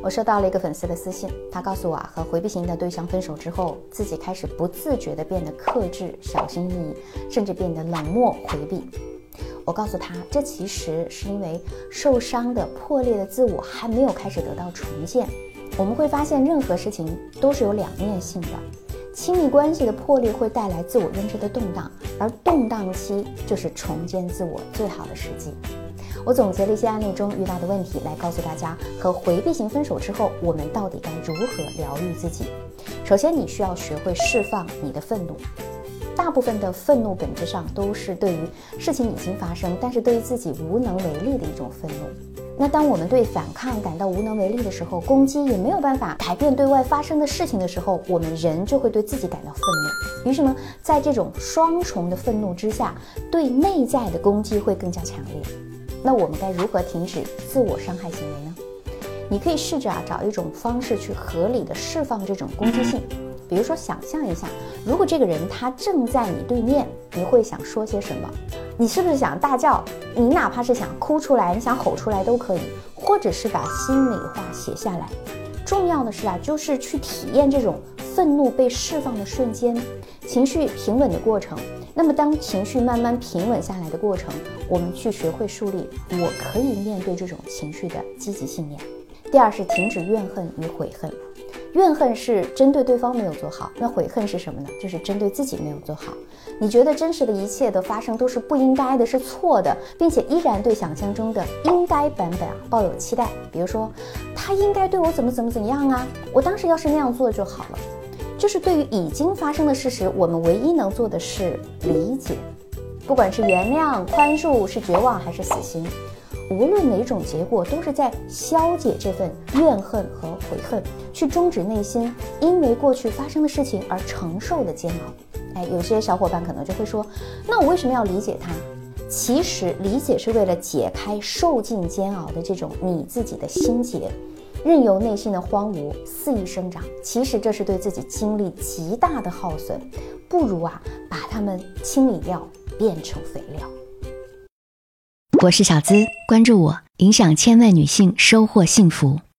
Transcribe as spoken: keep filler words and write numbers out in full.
我收到了一个粉丝的私信，他告诉我啊，和回避型的对象分手之后，自己开始不自觉地变得克制、小心翼翼，甚至变得冷漠回避。我告诉他，这其实是因为受伤的、破裂的自我还没有开始得到重建。我们会发现，任何事情都是有两面性的。亲密关系的破裂会带来自我认知的动荡，而动荡期就是重建自我最好的时机。我总结了一些案例中遇到的问题，来告诉大家，和回避型分手之后，我们到底该如何疗愈自己。首先，你需要学会释放你的愤怒。大部分的愤怒本质上都是对于事情已经发生，但是对于自己无能为力的一种愤怒。那当我们对反抗感到无能为力的时候，攻击也没有办法改变对外发生的事情的时候，我们人就会对自己感到愤怒。于是呢，在这种双重的愤怒之下，对内在的攻击会更加强烈。那我们该如何停止自我伤害行为呢？你可以试着啊找一种方式去合理的释放这种攻击性。比如说，想象一下，如果这个人他正在你对面，你会想说些什么？你是不是想大叫？你哪怕是想哭出来，你想吼出来都可以，或者是把心里话写下来。重要的是啊，就是去体验这种愤怒被释放的瞬间，情绪平稳的过程。那么当情绪慢慢平稳下来的过程，我们去学会树立我可以面对这种情绪的积极信念。第二是停止怨恨与悔恨。怨恨是针对对方没有做好，那悔恨是什么呢？就是针对自己没有做好。你觉得真实的一切的发生都是不应该的，是错的，并且依然对想象中的应该版本啊抱有期待。比如说，他应该对我怎么怎么怎样啊，我当时要是那样做就好了。就是对于已经发生的事实，我们唯一能做的是理解，不管是原谅、宽恕，是绝望还是死心。无论哪种结果，都是在消解这份怨恨和悔恨，去终止内心因为过去发生的事情而承受的煎熬。哎，有些小伙伴可能就会说，那我为什么要理解他？其实理解是为了解开受尽煎熬的这种你自己的心结，任由内心的荒芜肆意生长。其实这是对自己精力极大的耗损，不如啊把它们清理掉，变成肥料。 我是小资，关注我，影响千万女性，收获幸福。